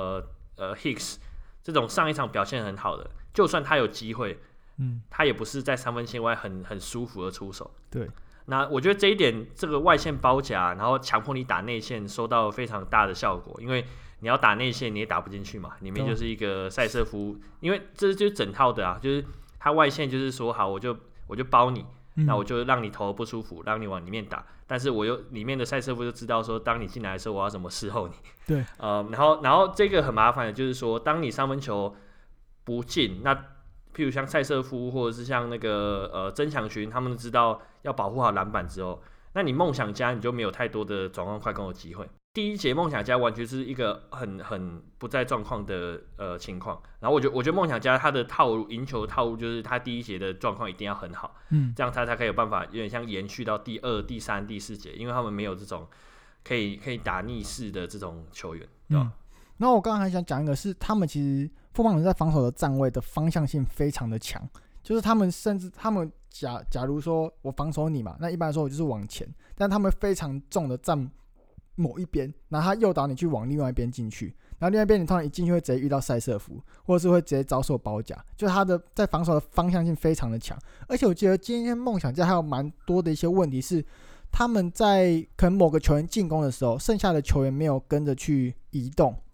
Hicks 这种上一场表现很好的，就算他有机会，他也不是在3分线外很舒服的出手。 对。 那我觉得这一点，这个外线包夹，然后强迫你打内线，收到非常大的效果。因为你要打内线，你也打不进去嘛，里面就是一个塞瑟夫，因为这就是整套的啊，就是他外线就是说好，我就包你，那我就让你投不舒服，让你往里面打，但是我又里面的塞瑟夫就知道说，当你进来的时候，我要怎么伺候你。 对， 然后这个很麻烦的就是说，当你三分球不进，那譬如像塞瑟夫或者是像那个曾祥群，他们都知道要保护好篮板之后，那你梦想家你就没有太多的转换快攻的机会。第一节梦想家完全是一个很不在状况的情况，然后我觉得梦想家他的套路赢球的套路就是他第一节的状况一定要很好，这样他才可以有办法有点像延续到第2、第3、第4节，因为他们没有这种可以打逆势的这种球员，对吧？ 然后我刚刚还想讲一个是，他们其实富邦人在防守的站位的方向性非常的强，就是他们甚至假如说我防守你嘛，那一般来说我就是往前，但他们非常重的站某一边，然后他诱导你去往另外一边进去，然后另外一边你通常一进去会直接遇到塞瑟夫，或者是会直接遭受包夹，就他的在防守的方向性非常的强。而且我觉得今天梦想家还有蛮多的一些问题是，他们在可能某个球员进攻的时候，剩下的球员没有跟着去移动，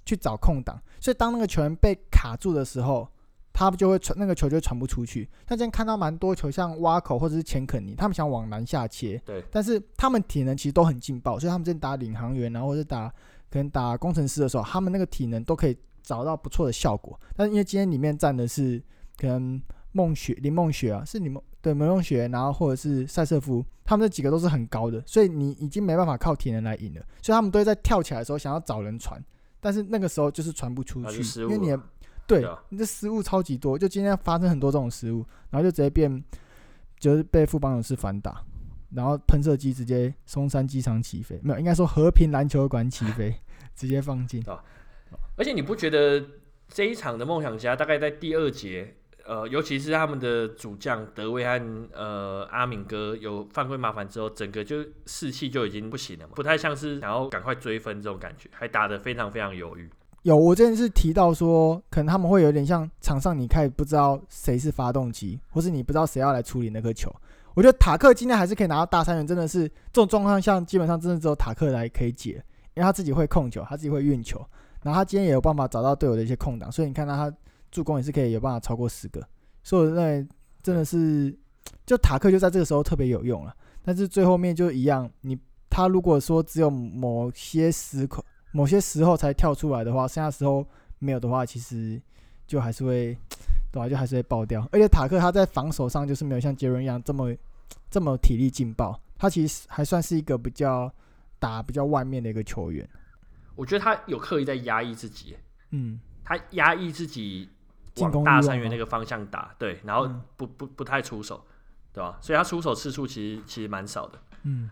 去找空档，所以当那个球员被卡住的时候，他就会那个球就会传不出去。像今天看到蛮多球，像挖口或者是钱肯尼，他们想往篮下切， 对， 但是他们体能其实都很劲爆，所以他们之前打领航员，然后或者可能打工程师的时候，他们那个体能都可以找到不错的效果。但是因为今天里面站的是可能林梦雪啊，是对林梦雪，然后或者是塞瑟夫，他们这几个都是很高的，所以你已经没办法靠体能来赢了，所以他们都会在跳起来的时候想要找人传，但是那个时候就是传不出去，因为你的你这失误超级多，就今天发生很多这种失误，然后就直接就是被富邦勇士反打，然后喷射机直接松山机场起飞，没有，应该说和平篮球馆起飞，直接放进。 而且你不觉得这一场的梦想家大概在第2节，尤其是他们的主将德威和阿敏哥有犯规麻烦之后，整个就士气就已经不行了嘛，不太像是想要赶快追分这种感觉，还打得非常非常犹豫。 我之前是提到说，可能他们会有点像场上你开始不知道谁是发动机，或是你不知道谁要来处理那颗球。我觉得塔克今天还是可以拿到大三元，真的是这种状况下，基本上真的只有塔克来可以解，因为他自己会控球，他自己会运球，然后他今天也有办法找到队友的一些空档，所以你看到他助攻也是可以有办法超过10个，所以我认为真的是，就塔克就在这个时候特别有用了。但是最后面就一样，他如果说只有某些时候才跳出来的话，剩下时候没有的话，其实就还是会，对吧？就还是会爆掉。而且塔克他在防守上就是没有像杰伦一样这么体力劲爆，他其实还算是一个比较外面的一个球员。 我觉得他有刻意在压抑自己，他压抑自己往大三元那个方向打，对，然后不太出手，对吧？所以他出手次数其实蛮少的，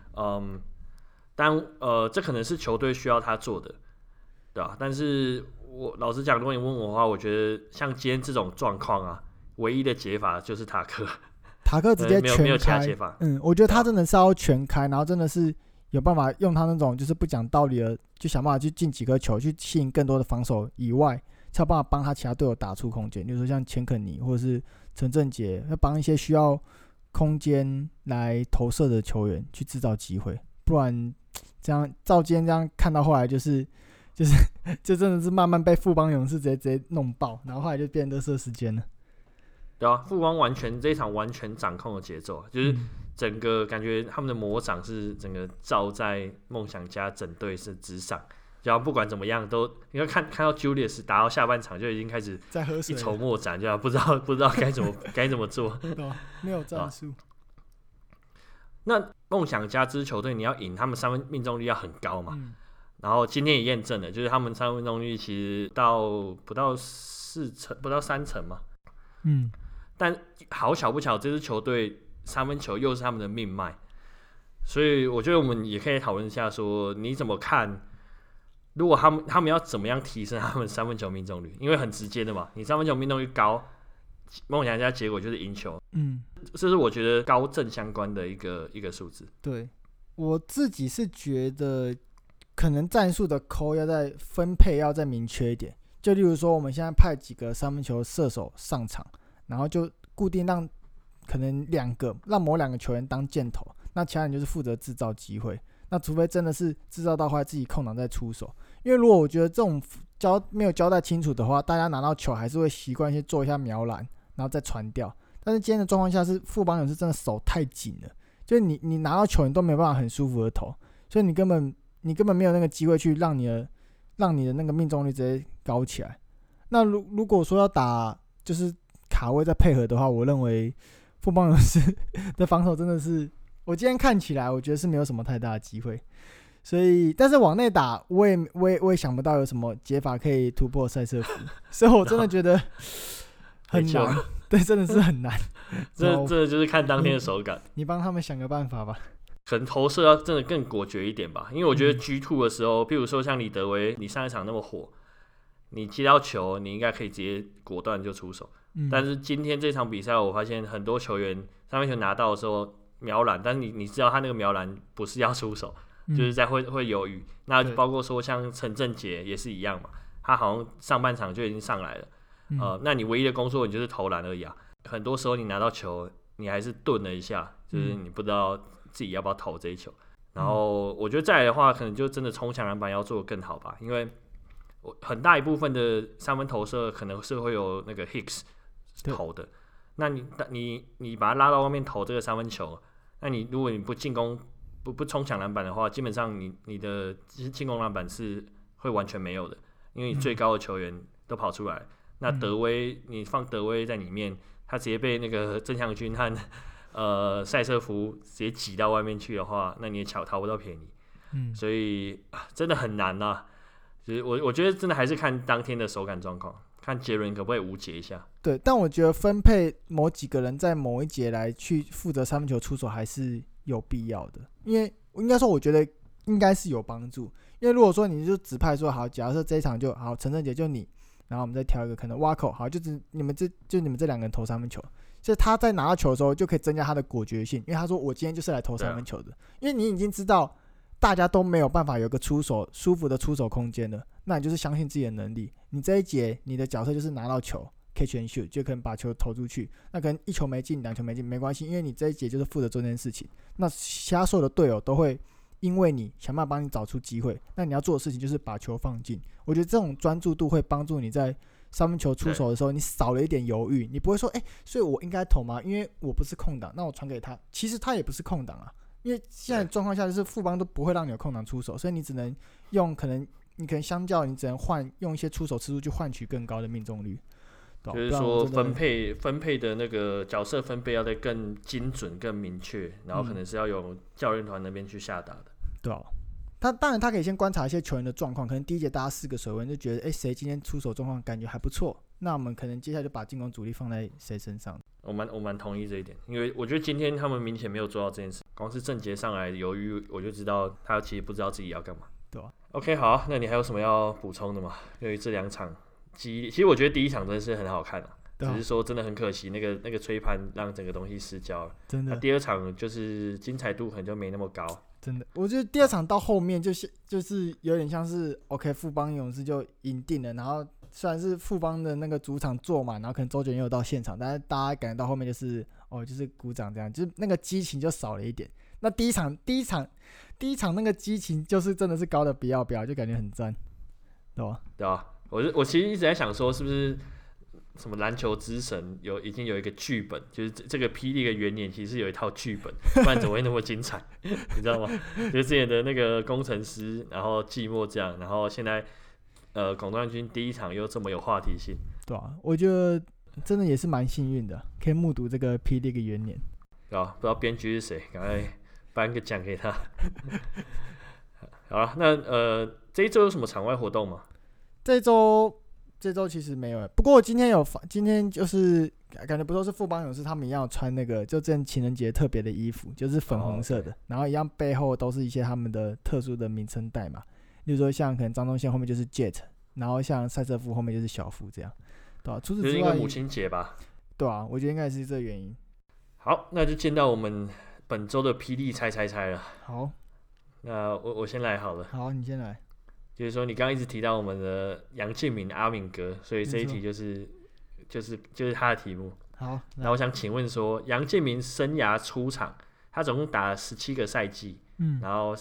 这可能是球队需要他做的，对吧？但是我老实讲，如果你问我的话，我觉得像今天这种状况啊，唯一的解法就是塔克直接全开， 没有其他解法。 我觉得他真的是要全开，然后真的是有办法用他那种就是不讲道理的，就想办法去进几颗球，去吸引更多的防守以外，才有办法帮他其他队友打出空间。比如说像钱肯尼或者是陈振杰，要帮一些需要空间来投射的球员去制造机会，不然这样照今天这样看到后来就真的是慢慢被富邦勇士直接弄爆，然后后来就变垃圾时间了。 对啊，富邦这一场完全掌控了节奏，就是整个感觉他们的魔掌是整个罩在梦想家整队是之上，然后不管怎么样都，你看到 Julius 打到下半场就已经开始一筹莫展，这样不知道该怎么做， 没有战术。 那梦想家这支球队你要赢，他们三分命中率要很高嘛。然后今天也验证了，就是他们三分命中率其实不到4成，不到3成嘛。但好巧不巧，这支球队三分球又是他们的命脉，所以我觉得我们也可以讨论一下，说你怎么看？如果他们要怎么样提升他们三分球命中率？因为很直接的嘛，你三分球命中率高，梦想家结果就是赢球。这是我觉得高正相关的一个数字。 对，我自己是觉得可能战术的扣要再分配要再明确一点。就例如说，我们现在派几个三分球射手上场，然后就固定让可能让某2个球员当箭头，那其他人就是负责制造机会。那除非真的是制造到后来自己空档再出手，因为如果我觉得这种没有交代清楚的话，大家拿到球还是会习惯先做一下瞄篮，然后再传掉。但是今天的状况下是富邦勇士真的手太紧了，就是你拿到球你都没有办法很舒服的投，所以你根本没有那个机会去让你的那个命中率直接高起来。那如果说要打就是卡位再配合的话，我认为富邦勇士的防守真的是，我今天看起来我觉得是没有什么太大的机会。所以，但是往内打，我也想不到有什么解法可以突破塞瑟夫，所以我真的觉得很难，对，真的是很难。 这就是看当天的手感。 你帮他们想个办法吧。 可能投射要真的更果决一点吧，因为我觉得 G2 的时候，譬如说像李德威，你上一场那么火，你接到球，你应该可以直接果断就出手。但是今天这场比赛，我发现很多球员三分球拿到的时候瞄篮，但是你知道他那个瞄篮不是要出手，就是在会犹豫。那包括说像陈振杰也是一样嘛，他好像上半场就已经上来了，那你唯一的工作你就是投篮而已啊。很多时候你拿到球，你还是顿了一下，就是你不知道自己要不要投这一球。然后我觉得再来的话，可能就真的冲抢篮板要做得更好吧，因为很大一部分的三分投射可能是会有那个 Hicks 投的，那你把他拉到外面投这个三分球，那如果你不进攻不冲抢篮板的话，基本上你的进攻篮板是会完全没有的，因为你最高的球员都跑出来，那你放德威在里面，他直接被那个郑祥军和塞瑟夫直接挤到外面去的话，那你也讨不到便宜。所以真的很难啊。就是我觉得真的还是看当天的手感状况，看杰伦可不可以无解一下。 对，但我觉得分配某几个人在某一节来去负责三分球出手还是有必要的，因为应该说我觉得应该是有帮助。因为如果说你就指派说好，假设这一场就好，陈振杰就你，然后我们再挑一个可能挖口，好，就你们这两个人投三分球，所以他在拿到球的时候就可以增加他的果决性，因为他说我今天就是来投三分球的，因为你已经知道大家都没有办法有一个舒服的出手空间了，那你就是相信自己的能力，你这一节你的角色就是拿到球 catch and shoot， 就可能把球投出去，那可能一球没进两球没进没关系，因为你这一节就是负责做这件事情，那其他所有的队友都会因为你想办法帮你找出机会，那你要做的事情就是把球放进。我觉得这种专注度会帮助你在三分球出手的时候，你少了一点犹豫，你不会说所以我应该投吗？因为我不是空档，那我传给他，其实他也不是空档啊，因为现在状况下就是富邦都不会让你有空档出手，所以你只能用你可能相较你只能用一些出手次数去换取更高的命中率。 就是说分配的那个角色分配要再更精准、更明确，然后可能是要由教练团那边去下达的。 对啊，当然他可以先观察一些球员的状况，可能第一节大家试个水温，就觉得谁今天出手状况感觉还不错，那我们可能接下来就把进攻主力放在谁身上。 我蛮同意这一点，因为我觉得今天他们明显没有做到这件事，光是郑杰上来犹豫，我就知道他其实不知道自己要干嘛。 对啊。 OK， 好，那你还有什么要补充的吗？对于这两场其实我觉得第一场真的是很好看啊，只是说真的很可惜，那个吹盘让整个东西失焦了。真的。第二场就是精彩度可能就没那么高。 真的，我觉得第二场到后面就是有点像是 OK， 富邦勇士就赢定了，然后虽然是富邦的那个主场坐满，然后可能周杰伦也有到现场，但是大家感觉到后面就是就是鼓掌这样，就是那个激情就少了一点。那第一场那个激情就是真的是高的不要，就感觉很赞，对吧？ 对啊，我其实一直在想说，是不是什么篮球之神已经有一个剧本，就是这个霹雳的元年其实有一套剧本，不然怎么会那么精彩？你知道吗？就是之前的那个工程师，然后季末这样，然后现在广东军第一场又这么有话题性， 对啊，我觉得真的也是蛮幸运的，可以目睹这个霹雳的元年。 对啊，不知道编剧是谁，赶快颁个奖给他。好了，那这一周有什么场外活动吗？ 这周其实没有，不过我今天就是感觉不都是富邦勇士他们一样穿那个就之前情人节特别的衣服，就是粉红色的，然后一样背后都是一些他们的特殊的名称代码，例如说像可能张宗宪后面就是 Jet， 然后像塞瑟夫后面就是小夫这样，对吧？除此之外， 就是因为母亲节吧？ 对啊，我觉得应该是这个原因。 好，那就见到我们本周的霹雳猜了。 好， 那我先来好了。 好，你先来。 就是说，你刚刚一直提到我们的杨敬敏阿敏哥，所以这一题就是他的题目。 好， 那我想请问说，杨敬敏生涯出场，他总共打了17个赛季，然后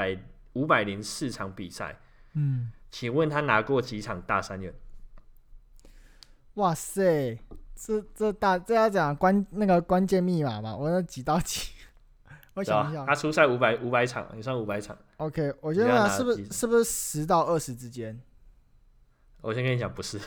504场比赛，请问他拿过几场大三元？ 哇塞，这要讲那个关键密码嘛？我那几到几？我想一下， 他出赛500场，你算500场。 OK， 我觉得是不是10到20之间？ 我先跟你讲，不是。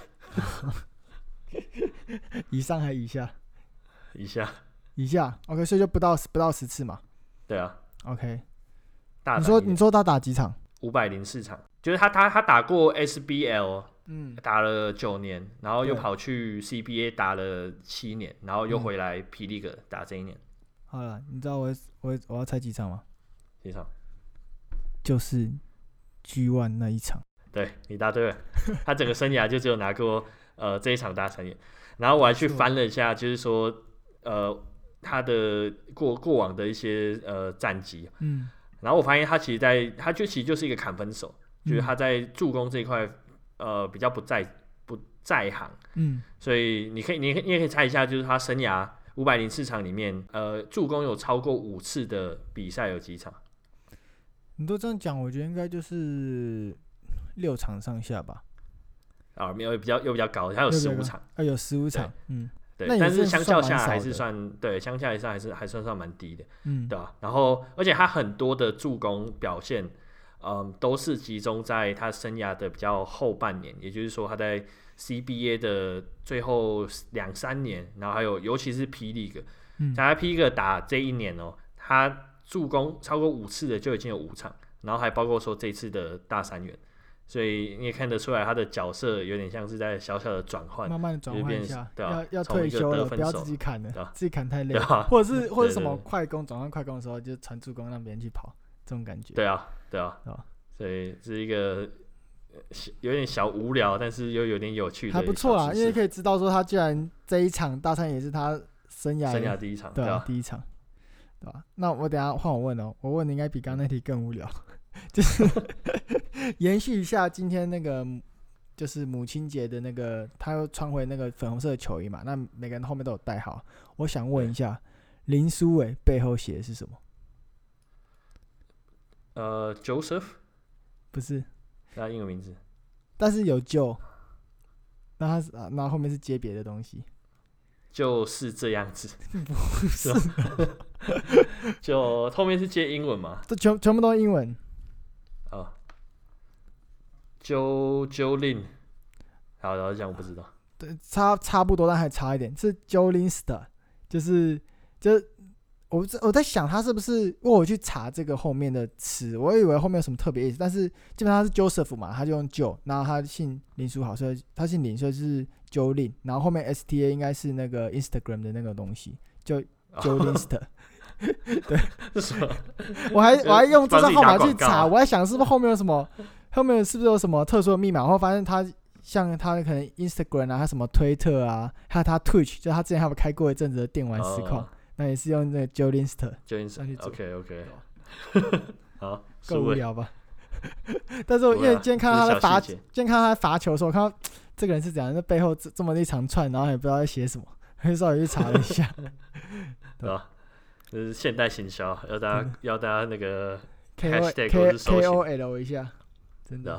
以上还以下？以下。OK， 所以就不到10次嘛。对啊。OK。你说他打几场 ？504场，就是他打过 SBL，打了9年，然后又跑去 CBA 打了7年，然后又回来霹雳个打这一年。 好了，你知道我要猜几场吗？ 几场？ 就是 G1 那一场。 对，你答对了。他整个生涯就只有拿过这一场大三元，然后我还去翻了一下，就是说他的过往的一些战绩，然后我发现他其实就是一个砍分手，就是他在助攻这一块比较不在行，所以你也可以猜一下，就是他生涯504场里面，助攻有超过5次的比赛有几场？ 你都这样讲，我觉得应该就是6场上下吧。 又比较高，它有15场， 有15场， 对，但是相较下还是算对，相较下还算蛮低的，对吧？然后而且他很多的助攻表现，都是集中在他生涯的比较后半年，也就是说他在 CBA 的最后2-3年，然后还有尤其是 P League，他在 P League 打这一年他助攻超过5次的就已经有5场，然后还包括说这次的大3元。所以你也看得出来，他的角色有点像是在小小的转换， 慢慢的转换一下， 对啊， 要退休了，不要自己砍了，自己砍太累，或者什么快攻转换快攻的时候，就传助攻让别人去跑，这种感觉。 对啊，所以是一个有点小无聊，但是又有点有趣的， 还不错啦，因为可以知道说他居然这一场大3也是他生涯第一场， 对啊，第一场，对吧？那我等一下换我问我问的应该比刚刚那题更无聊。就是延续一下今天那个，就是母亲节的那个，他又穿回那个粉红色的球衣嘛，那每个人后面都有带好。我想问一下，林书伟背后写的是什么 ？Joseph 不是， 他英文名字， 但是有Joe，那后面是接别的东西， 就是这样子， 不是， 就后面是接英文嘛？ 这全部都是英文。 Jolin， 好，然后讲我不知道， 对，差不多，但还差一点，是 Jolinster， 就是我在想他是不是，因为我去查这个后面的词，我以为后面有什么特别意思，但是基本上他是 Joseph 嘛，他就用 Joe， 然后他姓林书豪，所以他姓林，所以是 Jolin， 然后后面 STA 应该是那个 Instagram 的那个东西，就 Jolinster。对，我还用这个号码去查，我还想是不是后面有什么。后面是不是有什么特殊的密码？然后发现他像他可能 Instagram 啊，他什么推特啊，还有他 Twitch， 就他之前还有开过一阵子的电玩实况，那也是用那个 Jolinster 去做。 OK， 好， 够无聊吧？但是我因为今天看到他罚球的时候，我看到这个人是怎样，在背后这么一长串，然后也不知道在写什么，还稍微去查了一下， 对吧？这是现代行销，要大家那个 KOL 一下。真的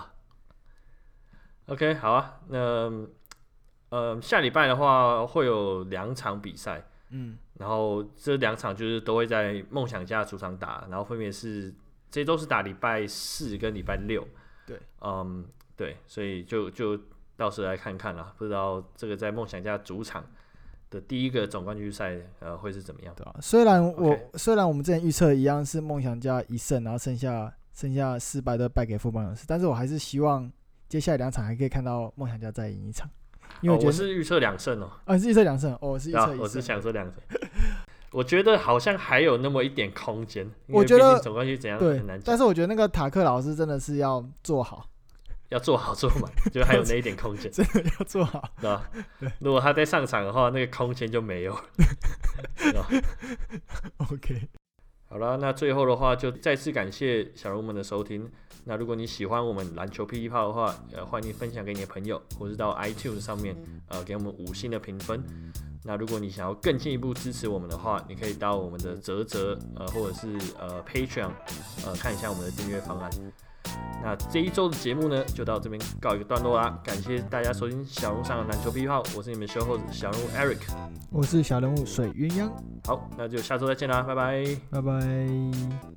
，OK， 好啊。那下礼拜的话会有2场比赛，然后这2场就是都会在梦想家主场打，然后分别是这周是打礼拜4跟礼拜6， 对， 对，所以就到时候来看看啦，不知道这个在梦想家主场的第一个总冠军赛会是怎么样？ 对啊，虽然我们之前预测一样是梦想家1胜，然后剩下4败都败给富邦勇士，但是我还是希望接下来2场还可以看到梦想家再赢1场，因为我是预测2胜你是预测2胜，我是预测1胜， 我是想说2胜。我觉得好像还有那么一点空间， 我觉得总冠军怎样很难讲， 但是我觉得那个塔克老师真的是要做好， 要做好做满，就还有那一点空间， 真的要做好， 对吧？如果他在上场的话，那个空间就没有了，对吧 ？OK。 好了，那最后的话就再次感谢小人物们的收听。那如果你喜欢我们篮球霹雳炮的话，欢迎分享给你的朋友，或是到 iTunes 上面给我们5星的评分。那如果你想要更进一步支持我们的话，你可以到我们的嘖或者是Patreon 看一下我们的订阅方案。那这一周的节目呢，就到这边告一个段落啦。感谢大家收听小人物上的篮球霹雳炮，我是你们show host小人物 Eric， 我是小人物水鸳鸯。 好，那就下周再见啦，拜拜， 拜拜。